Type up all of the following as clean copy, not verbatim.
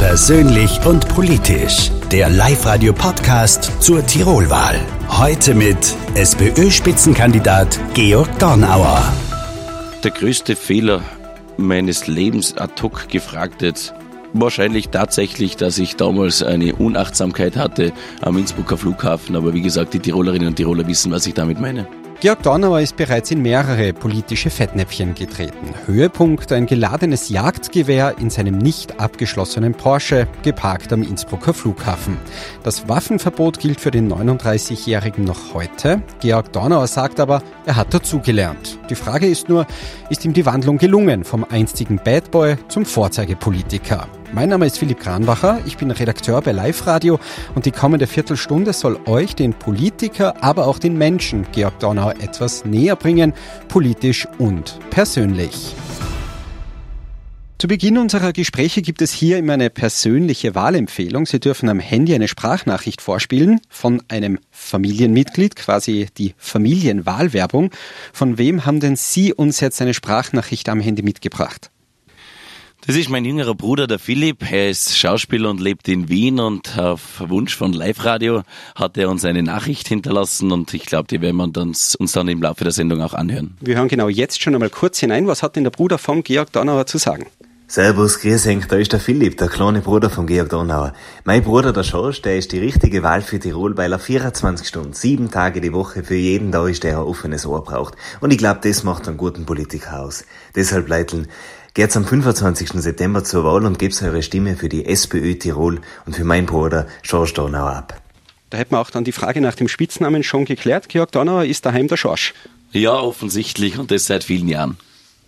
Persönlich und politisch. Der Live-Radio-Podcast zur Tirolwahl. Heute mit SPÖ-Spitzenkandidat Georg Dornauer. Der größte Fehler meines Lebens ad hoc gefragt jetzt. Wahrscheinlich tatsächlich, dass ich damals eine Unachtsamkeit hatte am Innsbrucker Flughafen. Aber wie gesagt, die Tirolerinnen und Tiroler wissen, was ich damit meine. Georg Dornauer ist bereits in mehrere politische Fettnäpfchen getreten. Höhepunkt: ein geladenes Jagdgewehr in seinem nicht abgeschlossenen Porsche, geparkt am Innsbrucker Flughafen. Das Waffenverbot gilt für den 39-Jährigen noch heute. Georg Dornauer sagt aber, er hat dazugelernt. Die Frage ist nur, ist ihm die Wandlung gelungen vom einstigen Bad Boy zum Vorzeigepolitiker? Mein Name ist Philipp Kranbacher, ich bin Redakteur bei Live-Radio und die kommende Viertelstunde soll euch den Politiker, aber auch den Menschen Georg Dornauer etwas näher bringen, politisch und persönlich. Zu Beginn unserer Gespräche gibt es hier immer eine persönliche Wahlempfehlung. Sie dürfen am Handy eine Sprachnachricht vorspielen von einem Familienmitglied, quasi die Familienwahlwerbung. Von wem haben denn Sie uns jetzt eine Sprachnachricht am Handy mitgebracht? Das ist mein jüngerer Bruder, der Philipp. Er ist Schauspieler und lebt in Wien und auf Wunsch von Live-Radio hat er uns eine Nachricht hinterlassen und ich glaube, die werden wir uns dann im Laufe der Sendung auch anhören. Wir hören genau jetzt schon einmal kurz hinein. Was hat denn der Bruder vom Georg Dornauer zu sagen? Servus, grüß euch, da ist der Philipp, der kleine Bruder von Georg Dornauer. Mein Bruder, der Schorsch, der ist die richtige Wahl für Tirol, weil er 24 Stunden, 7 Tage die Woche für jeden da ist, der ein offenes Ohr braucht. Und ich glaube, das macht einen guten Politiker aus. Deshalb, Leiteln, geht's am 25. September zur Wahl und gebt eure Stimme für die SPÖ Tirol und für meinen Bruder Schorsch Dornauer ab. Da hätten wir auch dann die Frage nach dem Spitznamen schon geklärt. Georg Dornauer ist daheim der Schorsch. Ja, offensichtlich und das seit vielen Jahren.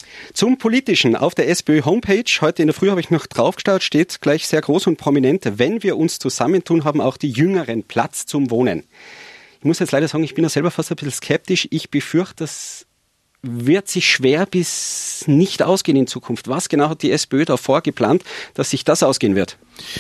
Zum Politischen auf der SPÖ-Homepage, heute in der Früh habe ich noch draufgeschaut, steht gleich sehr groß und prominent: Wenn wir uns zusammentun, haben auch die Jüngeren Platz zum Wohnen. Ich muss jetzt leider sagen, ich bin da selber fast ein bisschen skeptisch. Ich befürchte, das wird sich schwer bis nicht ausgehen in Zukunft. Was genau hat die SPÖ da vorgeplant, dass sich das ausgehen wird?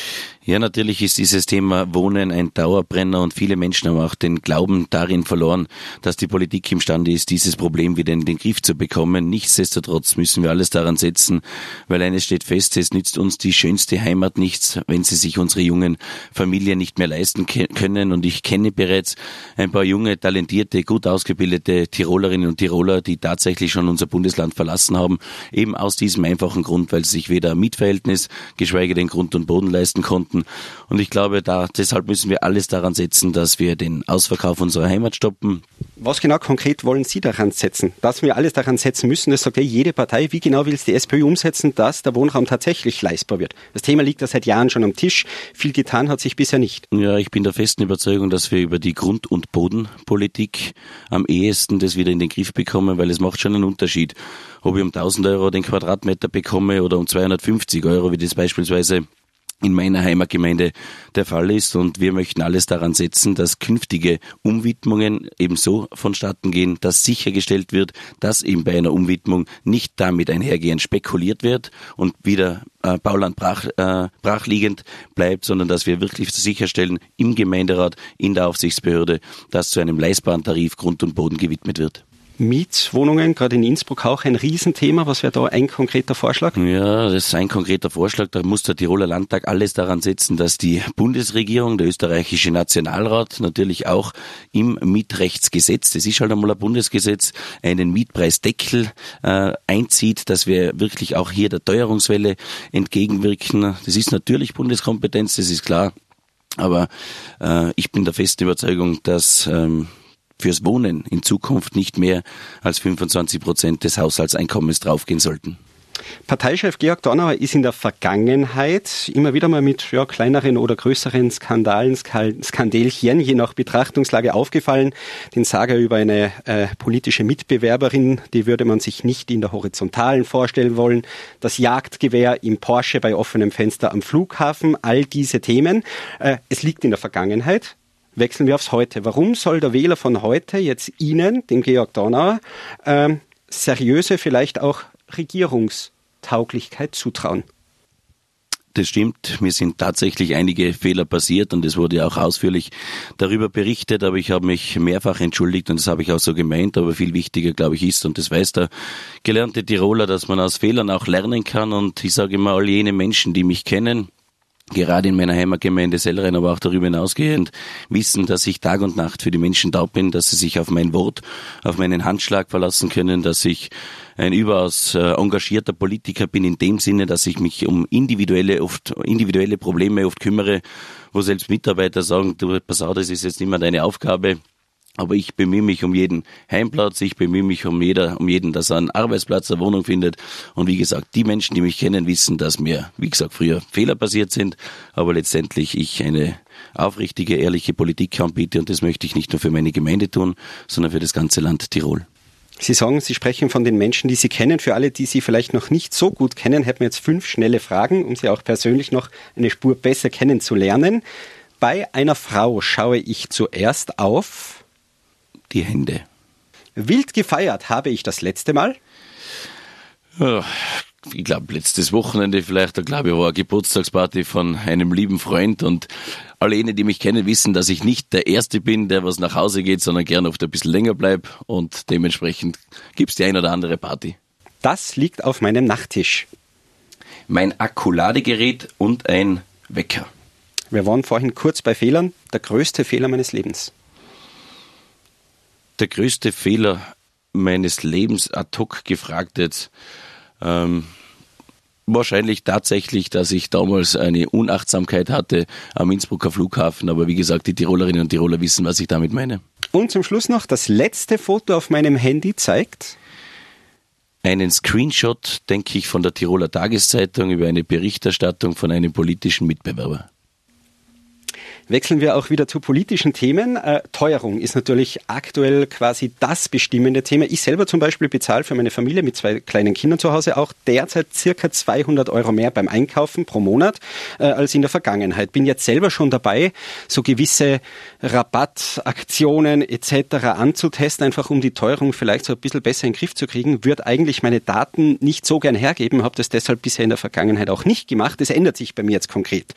Ja, natürlich ist dieses Thema Wohnen ein Dauerbrenner und viele Menschen haben auch den Glauben darin verloren, dass die Politik imstande ist, dieses Problem wieder in den Griff zu bekommen. Nichtsdestotrotz müssen wir alles daran setzen, weil eines steht fest: Es nützt uns die schönste Heimat nichts, wenn sie sich unsere jungen Familien nicht mehr leisten können. Und ich kenne bereits ein paar junge, talentierte, gut ausgebildete Tirolerinnen und Tiroler, die tatsächlich schon unser Bundesland verlassen haben, eben aus diesem einfachen Grund, weil sie sich weder Mietverhältnis, geschweige denn Grund und Boden leisten konnten. Und ich glaube, deshalb müssen wir alles daran setzen, dass wir den Ausverkauf unserer Heimat stoppen. Was genau konkret wollen Sie daran setzen? Dass wir alles daran setzen müssen, das sagt ja jede Partei. Wie genau will es die SPÖ umsetzen, dass der Wohnraum tatsächlich leistbar wird? Das Thema liegt ja seit Jahren schon am Tisch. Viel getan hat sich bisher nicht. Ja, ich bin der festen Überzeugung, dass wir über die Grund- und Bodenpolitik am ehesten das wieder in den Griff bekommen, weil es macht schon einen Unterschied, ob ich um 1.000 Euro den Quadratmeter bekomme oder um 250 Euro, wie das beispielsweise in meiner Heimatgemeinde der Fall ist. Und wir möchten alles daran setzen, dass künftige Umwidmungen ebenso vonstatten gehen, dass sichergestellt wird, dass eben bei einer Umwidmung nicht damit einhergehend spekuliert wird und wieder Bauland brachliegend bleibt, sondern dass wir wirklich sicherstellen im Gemeinderat, in der Aufsichtsbehörde, dass zu einem leistbaren Tarif Grund und Boden gewidmet wird. Mietwohnungen, gerade in Innsbruck auch ein Riesenthema. Was wäre da ein konkreter Vorschlag? Ja, das ist ein konkreter Vorschlag. Da muss der Tiroler Landtag alles daran setzen, dass die Bundesregierung, der österreichische Nationalrat, natürlich auch im Mietrechtsgesetz, das ist halt einmal ein Bundesgesetz, einen Mietpreisdeckel einzieht, dass wir wirklich auch hier der Teuerungswelle entgegenwirken. Das ist natürlich Bundeskompetenz, das ist klar. Aber ich bin der festen Überzeugung, dass fürs Wohnen in Zukunft nicht mehr als 25% des Haushaltseinkommens draufgehen sollten. Parteichef Georg Dornauer ist in der Vergangenheit immer wieder mal mit kleineren oder größeren Skandälchen, je nach Betrachtungslage, aufgefallen. Den Saga über eine politische Mitbewerberin, die würde man sich nicht in der Horizontalen vorstellen wollen. Das Jagdgewehr im Porsche bei offenem Fenster am Flughafen, all diese Themen. Es liegt in der Vergangenheit. Wechseln wir aufs Heute. Warum soll der Wähler von heute jetzt Ihnen, dem Georg Dornauer, seriöse, vielleicht auch Regierungstauglichkeit zutrauen? Das stimmt, mir sind tatsächlich einige Fehler passiert und es wurde ja auch ausführlich darüber berichtet, aber ich habe mich mehrfach entschuldigt und das habe ich auch so gemeint, aber viel wichtiger, glaube ich, ist, und das weiß der gelernte Tiroler, dass man aus Fehlern auch lernen kann, und ich sage immer, all jene Menschen, die mich kennen, gerade in meiner Heimatgemeinde Sellrein, aber auch darüber hinausgehend, wissen, dass ich Tag und Nacht für die Menschen da bin, dass sie sich auf mein Wort, auf meinen Handschlag verlassen können, dass ich ein überaus engagierter Politiker bin in dem Sinne, dass ich mich um individuelle Probleme oft kümmere, wo selbst Mitarbeiter sagen, du, pass auf, das ist jetzt nicht mehr deine Aufgabe. Aber ich bemühe mich um jeden Heimplatz, ich bemühe mich um jeden, dass er einen Arbeitsplatz, eine Wohnung findet. Und wie gesagt, die Menschen, die mich kennen, wissen, dass mir, wie gesagt, früher Fehler passiert sind, aber letztendlich ich eine aufrichtige, ehrliche Politik anbiete. Und das möchte ich nicht nur für meine Gemeinde tun, sondern für das ganze Land Tirol. Sie sagen, Sie sprechen von den Menschen, die Sie kennen. Für alle, die Sie vielleicht noch nicht so gut kennen, hätten wir jetzt 5 schnelle Fragen, um Sie auch persönlich noch eine Spur besser kennenzulernen. Bei einer Frau schaue ich zuerst auf die Hände. Wild gefeiert habe ich das letzte Mal? Ich glaube, letztes Wochenende vielleicht, war eine Geburtstagsparty von einem lieben Freund und alle jene, die mich kennen, wissen, dass ich nicht der Erste bin, der was nach Hause geht, sondern gerne oft ein bisschen länger bleibe und dementsprechend gibt es die ein oder andere Party. Das liegt auf meinem Nachttisch. Mein Akkuladegerät und ein Wecker. Wir waren vorhin kurz bei Fehlern. Der größte Fehler meines Lebens. Der größte Fehler meines Lebens ad hoc gefragt jetzt, wahrscheinlich tatsächlich, dass ich damals eine Unachtsamkeit hatte am Innsbrucker Flughafen, aber wie gesagt, die Tirolerinnen und Tiroler wissen, was ich damit meine. Und zum Schluss noch, das letzte Foto auf meinem Handy zeigt einen Screenshot, denke ich, von der Tiroler Tageszeitung über eine Berichterstattung von einem politischen Mitbewerber. Wechseln wir auch wieder zu politischen Themen. Teuerung ist natürlich aktuell quasi das bestimmende Thema. Ich selber zum Beispiel bezahle für meine Familie mit 2 kleinen Kindern zu Hause auch derzeit circa 200 € mehr beim Einkaufen pro Monat als in der Vergangenheit. Bin jetzt selber schon dabei, so gewisse Rabattaktionen etc. anzutesten, einfach um die Teuerung vielleicht so ein bisschen besser in den Griff zu kriegen. Würde eigentlich meine Daten nicht so gern hergeben, habe das deshalb bisher in der Vergangenheit auch nicht gemacht. Das ändert sich bei mir jetzt konkret.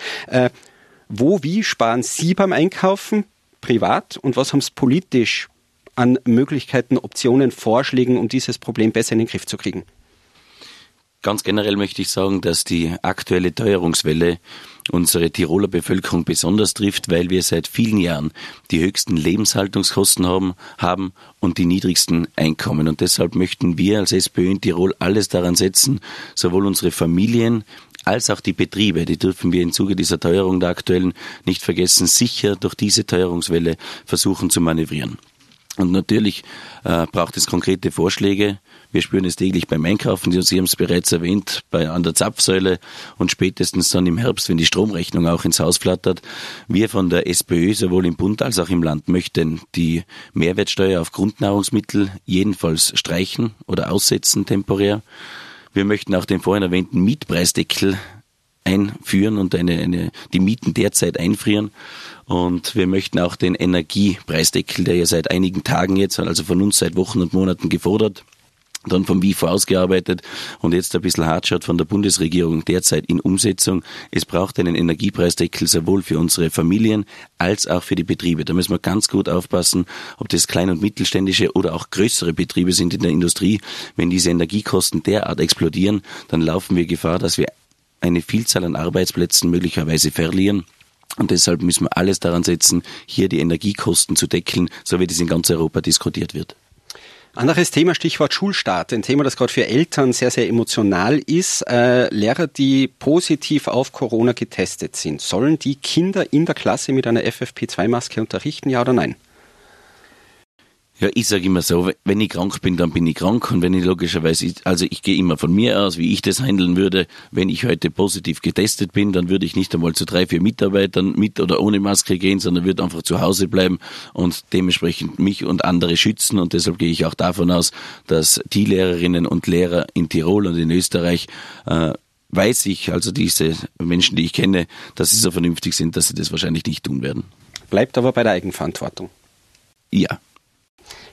Wie sparen Sie beim Einkaufen privat und was haben Sie politisch an Möglichkeiten, Optionen, Vorschlägen, um dieses Problem besser in den Griff zu kriegen? Ganz generell möchte ich sagen, dass die aktuelle Teuerungswelle unsere Tiroler Bevölkerung besonders trifft, weil wir seit vielen Jahren die höchsten Lebenshaltungskosten haben und die niedrigsten Einkommen. Und deshalb möchten wir als SPÖ in Tirol alles daran setzen, sowohl unsere Familien als auch die Betriebe, die dürfen wir im Zuge dieser Teuerung der aktuellen nicht vergessen, sicher durch diese Teuerungswelle versuchen zu manövrieren. Und natürlich braucht es konkrete Vorschläge. Wir spüren es täglich beim Einkaufen, Sie haben es bereits erwähnt, an der Zapfsäule und spätestens dann im Herbst, wenn die Stromrechnung auch ins Haus flattert. Wir von der SPÖ, sowohl im Bund als auch im Land, möchten die Mehrwertsteuer auf Grundnahrungsmittel jedenfalls streichen oder aussetzen temporär. Wir möchten auch den vorhin erwähnten Mietpreisdeckel einführen und die Mieten derzeit einfrieren. Und wir möchten auch den Energiepreisdeckel, der ja seit einigen Tagen jetzt, also von uns seit Wochen und Monaten gefordert, dann vom WIFO ausgearbeitet und jetzt ein bisschen hart schaut von der Bundesregierung derzeit in Umsetzung. Es braucht einen Energiepreisdeckel sowohl für unsere Familien als auch für die Betriebe. Da müssen wir ganz gut aufpassen, ob das kleine und mittelständische oder auch größere Betriebe sind in der Industrie. Wenn diese Energiekosten derart explodieren, dann laufen wir Gefahr, dass wir eine Vielzahl an Arbeitsplätzen möglicherweise verlieren. Und deshalb müssen wir alles daran setzen, hier die Energiekosten zu deckeln, so wie das in ganz Europa diskutiert wird. Anderes Thema, Stichwort Schulstart. Ein Thema, das gerade für Eltern sehr, sehr emotional ist. Lehrer, die positiv auf Corona getestet sind, sollen die Kinder in der Klasse mit einer FFP2-Maske unterrichten, ja oder nein? Ja, ich sage immer so, wenn ich krank bin, dann bin ich krank und wenn ich logischerweise, also ich gehe immer von mir aus, wie ich das handeln würde. Wenn ich heute positiv getestet bin, dann würde ich nicht einmal zu 3, 4 Mitarbeitern mit oder ohne Maske gehen, sondern würde einfach zu Hause bleiben und dementsprechend mich und andere schützen und deshalb gehe ich auch davon aus, dass die Lehrerinnen und Lehrer in Tirol und in Österreich weiß ich, also diese Menschen, die ich kenne, dass sie so vernünftig sind, dass sie das wahrscheinlich nicht tun werden. Bleibt aber bei der Eigenverantwortung. Ja.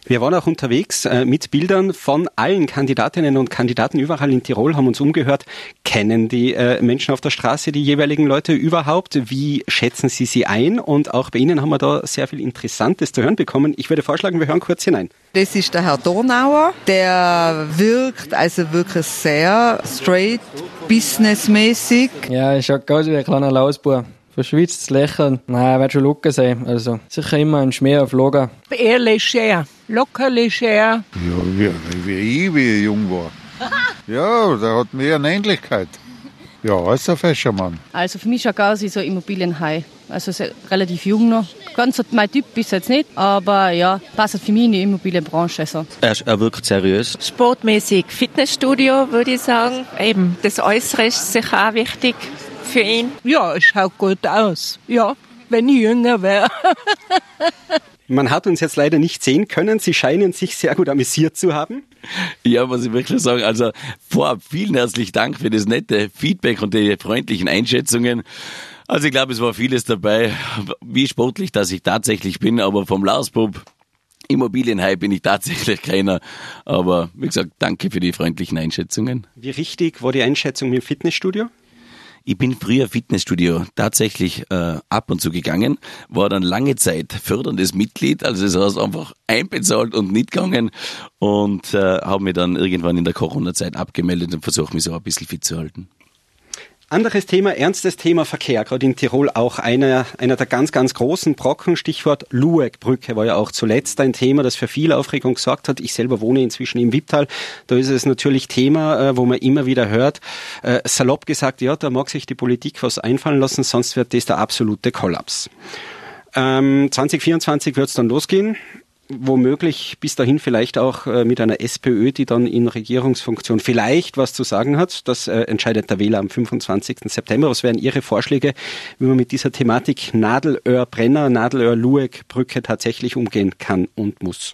Wir waren auch unterwegs mit Bildern von allen Kandidatinnen und Kandidaten überall in Tirol, haben uns umgehört. Kennen die Menschen auf der Straße die jeweiligen Leute überhaupt? Wie schätzen sie ein? Und auch bei Ihnen haben wir da sehr viel Interessantes zu hören bekommen. Ich würde vorschlagen, wir hören kurz hinein. Das ist der Herr Dornauer. Der wirkt also wirklich sehr straight, businessmäßig. Ja, er schaut aus wie ein kleiner Lausbub. Verschwitztes Lächeln. Nein, er wird schon locker sein. Also sicher immer ein Schmäh auf Lager. Eher leger, locker leger. Ja, wie ich jung war. Ja, der hat mehr eine Ähnlichkeit. Ja, als ein Fäschermann. Also für mich schaut er aus wie so Immobilienhai. Also relativ jung noch. Ganz mein Typ ist jetzt nicht, aber ja, passt für mich in die Immobilienbranche. Also. Er wirkt seriös. Sportmäßig, Fitnessstudio würde ich sagen. Eben, das Äußere ist sicher auch wichtig für ihn. Ja, es schaut gut aus. Ja, wenn ich jünger wäre. Man hat uns jetzt leider nicht sehen können. Sie scheinen sich sehr gut amüsiert zu haben. Ja, muss ich wirklich sagen. Also vorab vielen herzlichen Dank für das nette Feedback und die freundlichen Einschätzungen. Also ich glaube, es war vieles dabei, wie sportlich, dass ich tatsächlich bin, aber vom Lausbub Immobilienhai bin ich tatsächlich keiner. Aber wie gesagt, danke für die freundlichen Einschätzungen. Wie richtig war die Einschätzung mit dem Fitnessstudio? Ich bin früher Fitnessstudio tatsächlich ab und zu gegangen, war dann lange Zeit förderndes Mitglied, also das heißt einfach einbezahlt und nicht gegangen und habe mich dann irgendwann in der Corona-Zeit abgemeldet und versuche mich so ein bisschen fit zu halten. Anderes Thema, ernstes Thema Verkehr, gerade in Tirol auch einer der ganz, ganz großen Brocken, Stichwort Luegbrücke war ja auch zuletzt ein Thema, das für viel Aufregung gesorgt hat. Ich selber wohne inzwischen im Wipptal, da ist es natürlich Thema, wo man immer wieder hört, salopp gesagt, ja, da mag sich die Politik was einfallen lassen, sonst wird das der absolute Kollaps. 2024 wird es dann losgehen. Womöglich bis dahin vielleicht auch mit einer SPÖ, die dann in Regierungsfunktion vielleicht was zu sagen hat. Das entscheidet der Wähler am 25. September. Was wären Ihre Vorschläge, wie man mit dieser Thematik Nadelöhr-Brenner, Nadelöhr-Lueg-Brücke tatsächlich umgehen kann und muss?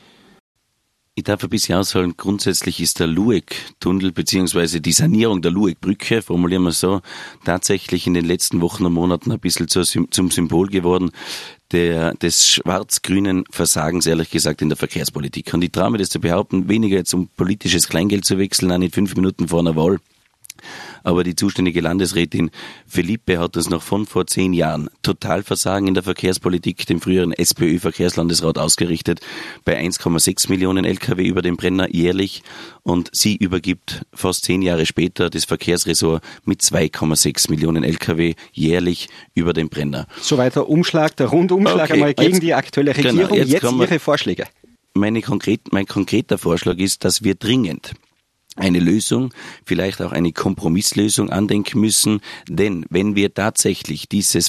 Ich darf ein bisschen ausholen. Grundsätzlich ist der Lueg-Tunnel bzw. die Sanierung der Lueg-Brücke, formulieren wir so, tatsächlich in den letzten Wochen und Monaten ein bisschen zum Symbol geworden des schwarz-grünen Versagens, ehrlich gesagt, in der Verkehrspolitik. Und ich traue mir das zu behaupten, weniger jetzt um politisches Kleingeld zu wechseln, auch nicht 5 Minuten vor einer Wahl. Aber die zuständige Landesrätin Felipe hat das noch von vor 10 Jahren Totalversagen in der Verkehrspolitik dem früheren SPÖ-Verkehrslandesrat ausgerichtet bei 1,6 Millionen Lkw über den Brenner jährlich und sie übergibt fast 10 Jahre später das Verkehrsressort mit 2,6 Millionen Lkw jährlich über den Brenner. Soweit der Umschlag, der Rundumschlag einmal gegen die aktuelle Regierung. Genau, jetzt Ihre Vorschläge. Mein konkreter Vorschlag ist, dass wir dringend eine Lösung, vielleicht auch eine Kompromisslösung andenken müssen, denn wenn wir tatsächlich diese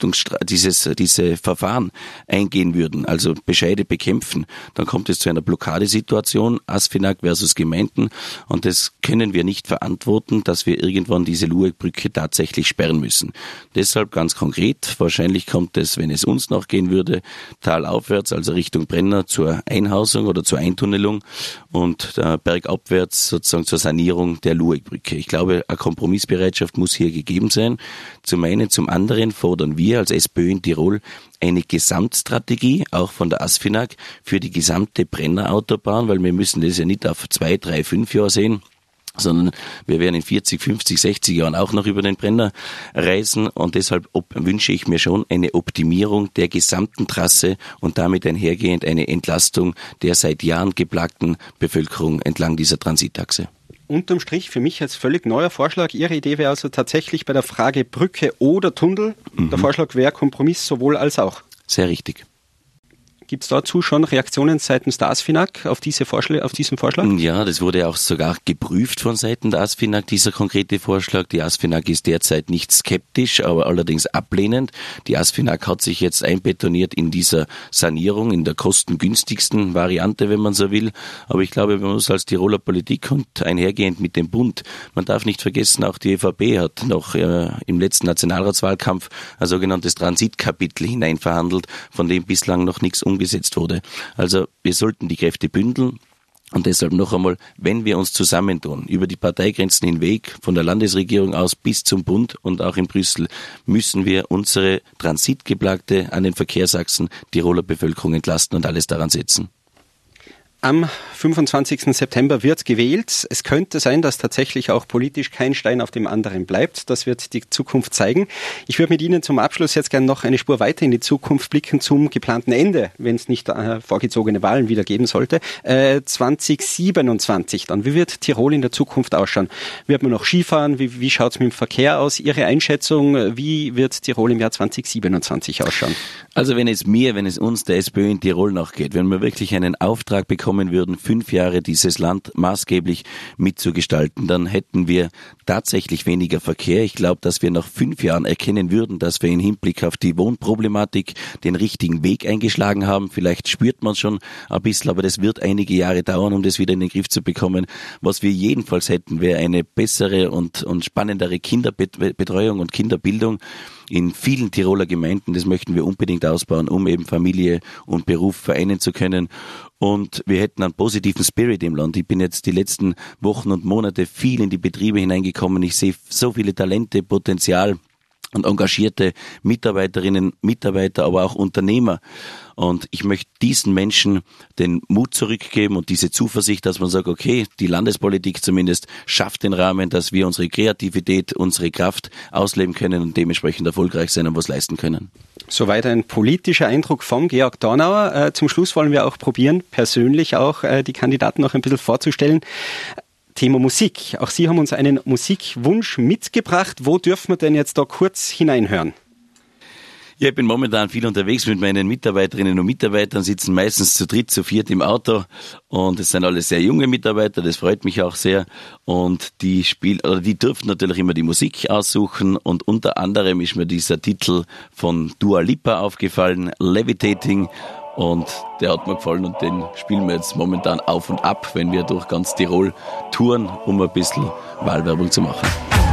Verfahren eingehen würden, also Bescheide bekämpfen, dann kommt es zu einer Blockadesituation, ASFINAG versus Gemeinden, und das können wir nicht verantworten, dass wir irgendwann diese Luegbrücke tatsächlich sperren müssen. Deshalb ganz konkret, wahrscheinlich kommt es, wenn es uns noch gehen würde, talaufwärts, also Richtung Brenner, zur Einhausung oder zur Eintunnelung und bergabwärts sozusagen zur Sanierung der Luegbrücke. Ich glaube, eine Kompromissbereitschaft muss hier gegeben sein. Zum einen, zum anderen fordern wir als SPÖ in Tirol eine Gesamtstrategie, auch von der ASFINAG, für die gesamte Brennerautobahn, weil wir müssen das ja nicht auf 2, 3, 5 Jahre sehen, sondern wir werden in 40, 50, 60 Jahren auch noch über den Brenner reisen und deshalb wünsche ich mir schon eine Optimierung der gesamten Trasse und damit einhergehend eine Entlastung der seit Jahren geplagten Bevölkerung entlang dieser Transitachse. Unterm Strich für mich jetzt völlig neuer Vorschlag. Ihre Idee wäre also tatsächlich bei der Frage Brücke oder Tunnel. Der Vorschlag wäre Kompromiss sowohl als auch. Sehr richtig. Gibt es dazu schon Reaktionen seitens der ASFINAG auf diesen Vorschlag? Ja, das wurde auch sogar geprüft von Seiten der ASFINAG, dieser konkrete Vorschlag. Die ASFINAG ist derzeit nicht skeptisch, aber allerdings ablehnend. Die ASFINAG hat sich jetzt einbetoniert in dieser Sanierung, in der kostengünstigsten Variante, wenn man so will. Aber ich glaube, man muss als Tiroler Politik und einhergehend mit dem Bund, man darf nicht vergessen, auch die ÖVP hat noch im letzten Nationalratswahlkampf ein sogenanntes Transitkapitel hineinverhandelt, von dem bislang noch nichts umgesetzt wurde. Also wir sollten die Kräfte bündeln und deshalb noch einmal, wenn wir uns zusammentun, über die Parteigrenzen hinweg, von der Landesregierung aus bis zum Bund und auch in Brüssel, müssen wir unsere transitgeplagte an den Verkehrsachsen Tiroler Bevölkerung entlasten und alles daran setzen. Am 25. September wird gewählt. Es könnte sein, dass tatsächlich auch politisch kein Stein auf dem anderen bleibt. Das wird die Zukunft zeigen. Ich würde mit Ihnen zum Abschluss jetzt gerne noch eine Spur weiter in die Zukunft blicken zum geplanten Ende, wenn es nicht vorgezogene Wahlen wieder geben sollte. 2027 dann. Wie wird Tirol in der Zukunft ausschauen? Wird man noch Skifahren? Wie schaut es mit dem Verkehr aus? Ihre Einschätzung, wie wird Tirol im Jahr 2027 ausschauen? Also wenn es uns der SPÖ in Tirol nachgeht, wenn wir wirklich einen Auftrag bekommen würden, 5 Jahre dieses Land maßgeblich mitzugestalten, dann hätten wir tatsächlich weniger Verkehr. Ich glaube, dass wir nach 5 Jahren erkennen würden, dass wir im Hinblick auf die Wohnproblematik den richtigen Weg eingeschlagen haben. Vielleicht spürt man es schon ein bisschen, aber das wird einige Jahre dauern, um das wieder in den Griff zu bekommen. Was wir jedenfalls hätten, wäre eine bessere und spannendere Kinderbetreuung und Kinderbildung in vielen Tiroler Gemeinden. Das möchten wir unbedingt ausbauen, um eben Familie und Beruf vereinen zu können. Und wir hätten einen positiven Spirit im Land. Ich bin jetzt die letzten Wochen und Monate viel in die Betriebe hineingekommen. Ich sehe so viele Talente, Potenzial und engagierte Mitarbeiterinnen, Mitarbeiter, aber auch Unternehmer. Und ich möchte diesen Menschen den Mut zurückgeben und diese Zuversicht, dass man sagt, okay, die Landespolitik zumindest schafft den Rahmen, dass wir unsere Kreativität, unsere Kraft ausleben können und dementsprechend erfolgreich sein und was leisten können. Soweit ein politischer Eindruck von Georg Dornauer. Zum Schluss wollen wir auch probieren, persönlich auch die Kandidaten noch ein bisschen vorzustellen. Thema Musik. Auch Sie haben uns einen Musikwunsch mitgebracht. Wo dürfen wir denn jetzt da kurz hineinhören? Ja, ich bin momentan viel unterwegs mit meinen Mitarbeiterinnen und Mitarbeitern, sitzen meistens zu dritt, zu viert im Auto und es sind alles sehr junge Mitarbeiter, das freut mich auch sehr und die dürfen natürlich immer die Musik aussuchen und unter anderem ist mir dieser Titel von Dua Lipa aufgefallen, Levitating, und der hat mir gefallen und den spielen wir jetzt momentan auf und ab, wenn wir durch ganz Tirol touren, um ein bisschen Wahlwerbung zu machen.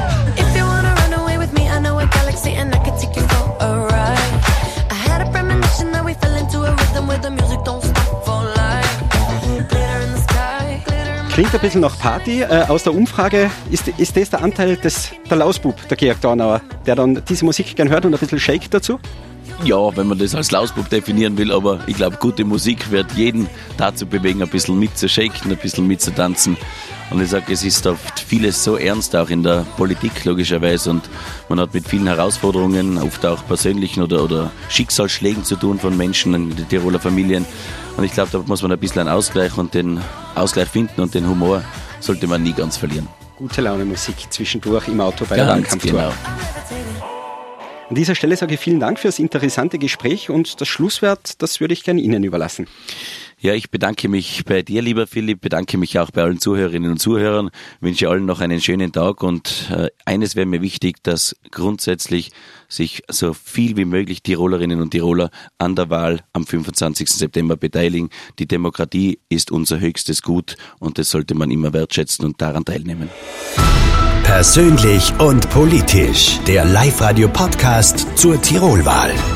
Klingt ein bisschen nach Party. Aus der Umfrage ist das der Anteil der Lausbub, der Georg Dornauer, der dann diese Musik gern hört und ein bisschen shake dazu? Ja, wenn man das als Lausbub definieren will, aber ich glaube, gute Musik wird jeden dazu bewegen, ein bisschen mitzushaken, ein bisschen mitzutanzen. Und ich sage, es ist oft vieles so ernst, auch in der Politik logischerweise, und man hat mit vielen Herausforderungen, oft auch persönlichen oder Schicksalsschlägen zu tun von Menschen in den Tiroler Familien. Und ich glaube, da muss man ein bisschen einen Ausgleich und den Ausgleich finden und den Humor sollte man nie ganz verlieren. Gute Laune Musik zwischendurch im Auto bei der Wahlkampftour. Genau. An dieser Stelle sage ich vielen Dank für das interessante Gespräch und das Schlusswort, das würde ich gerne Ihnen überlassen. Ja, ich bedanke mich bei dir, lieber Philipp, bedanke mich auch bei allen Zuhörerinnen und Zuhörern, wünsche allen noch einen schönen Tag und eines wäre mir wichtig, dass grundsätzlich sich so viel wie möglich Tirolerinnen und Tiroler an der Wahl am 25. September beteiligen. Die Demokratie ist unser höchstes Gut und das sollte man immer wertschätzen und daran teilnehmen. Persönlich und politisch, der Live-Radio-Podcast zur Tirolwahl.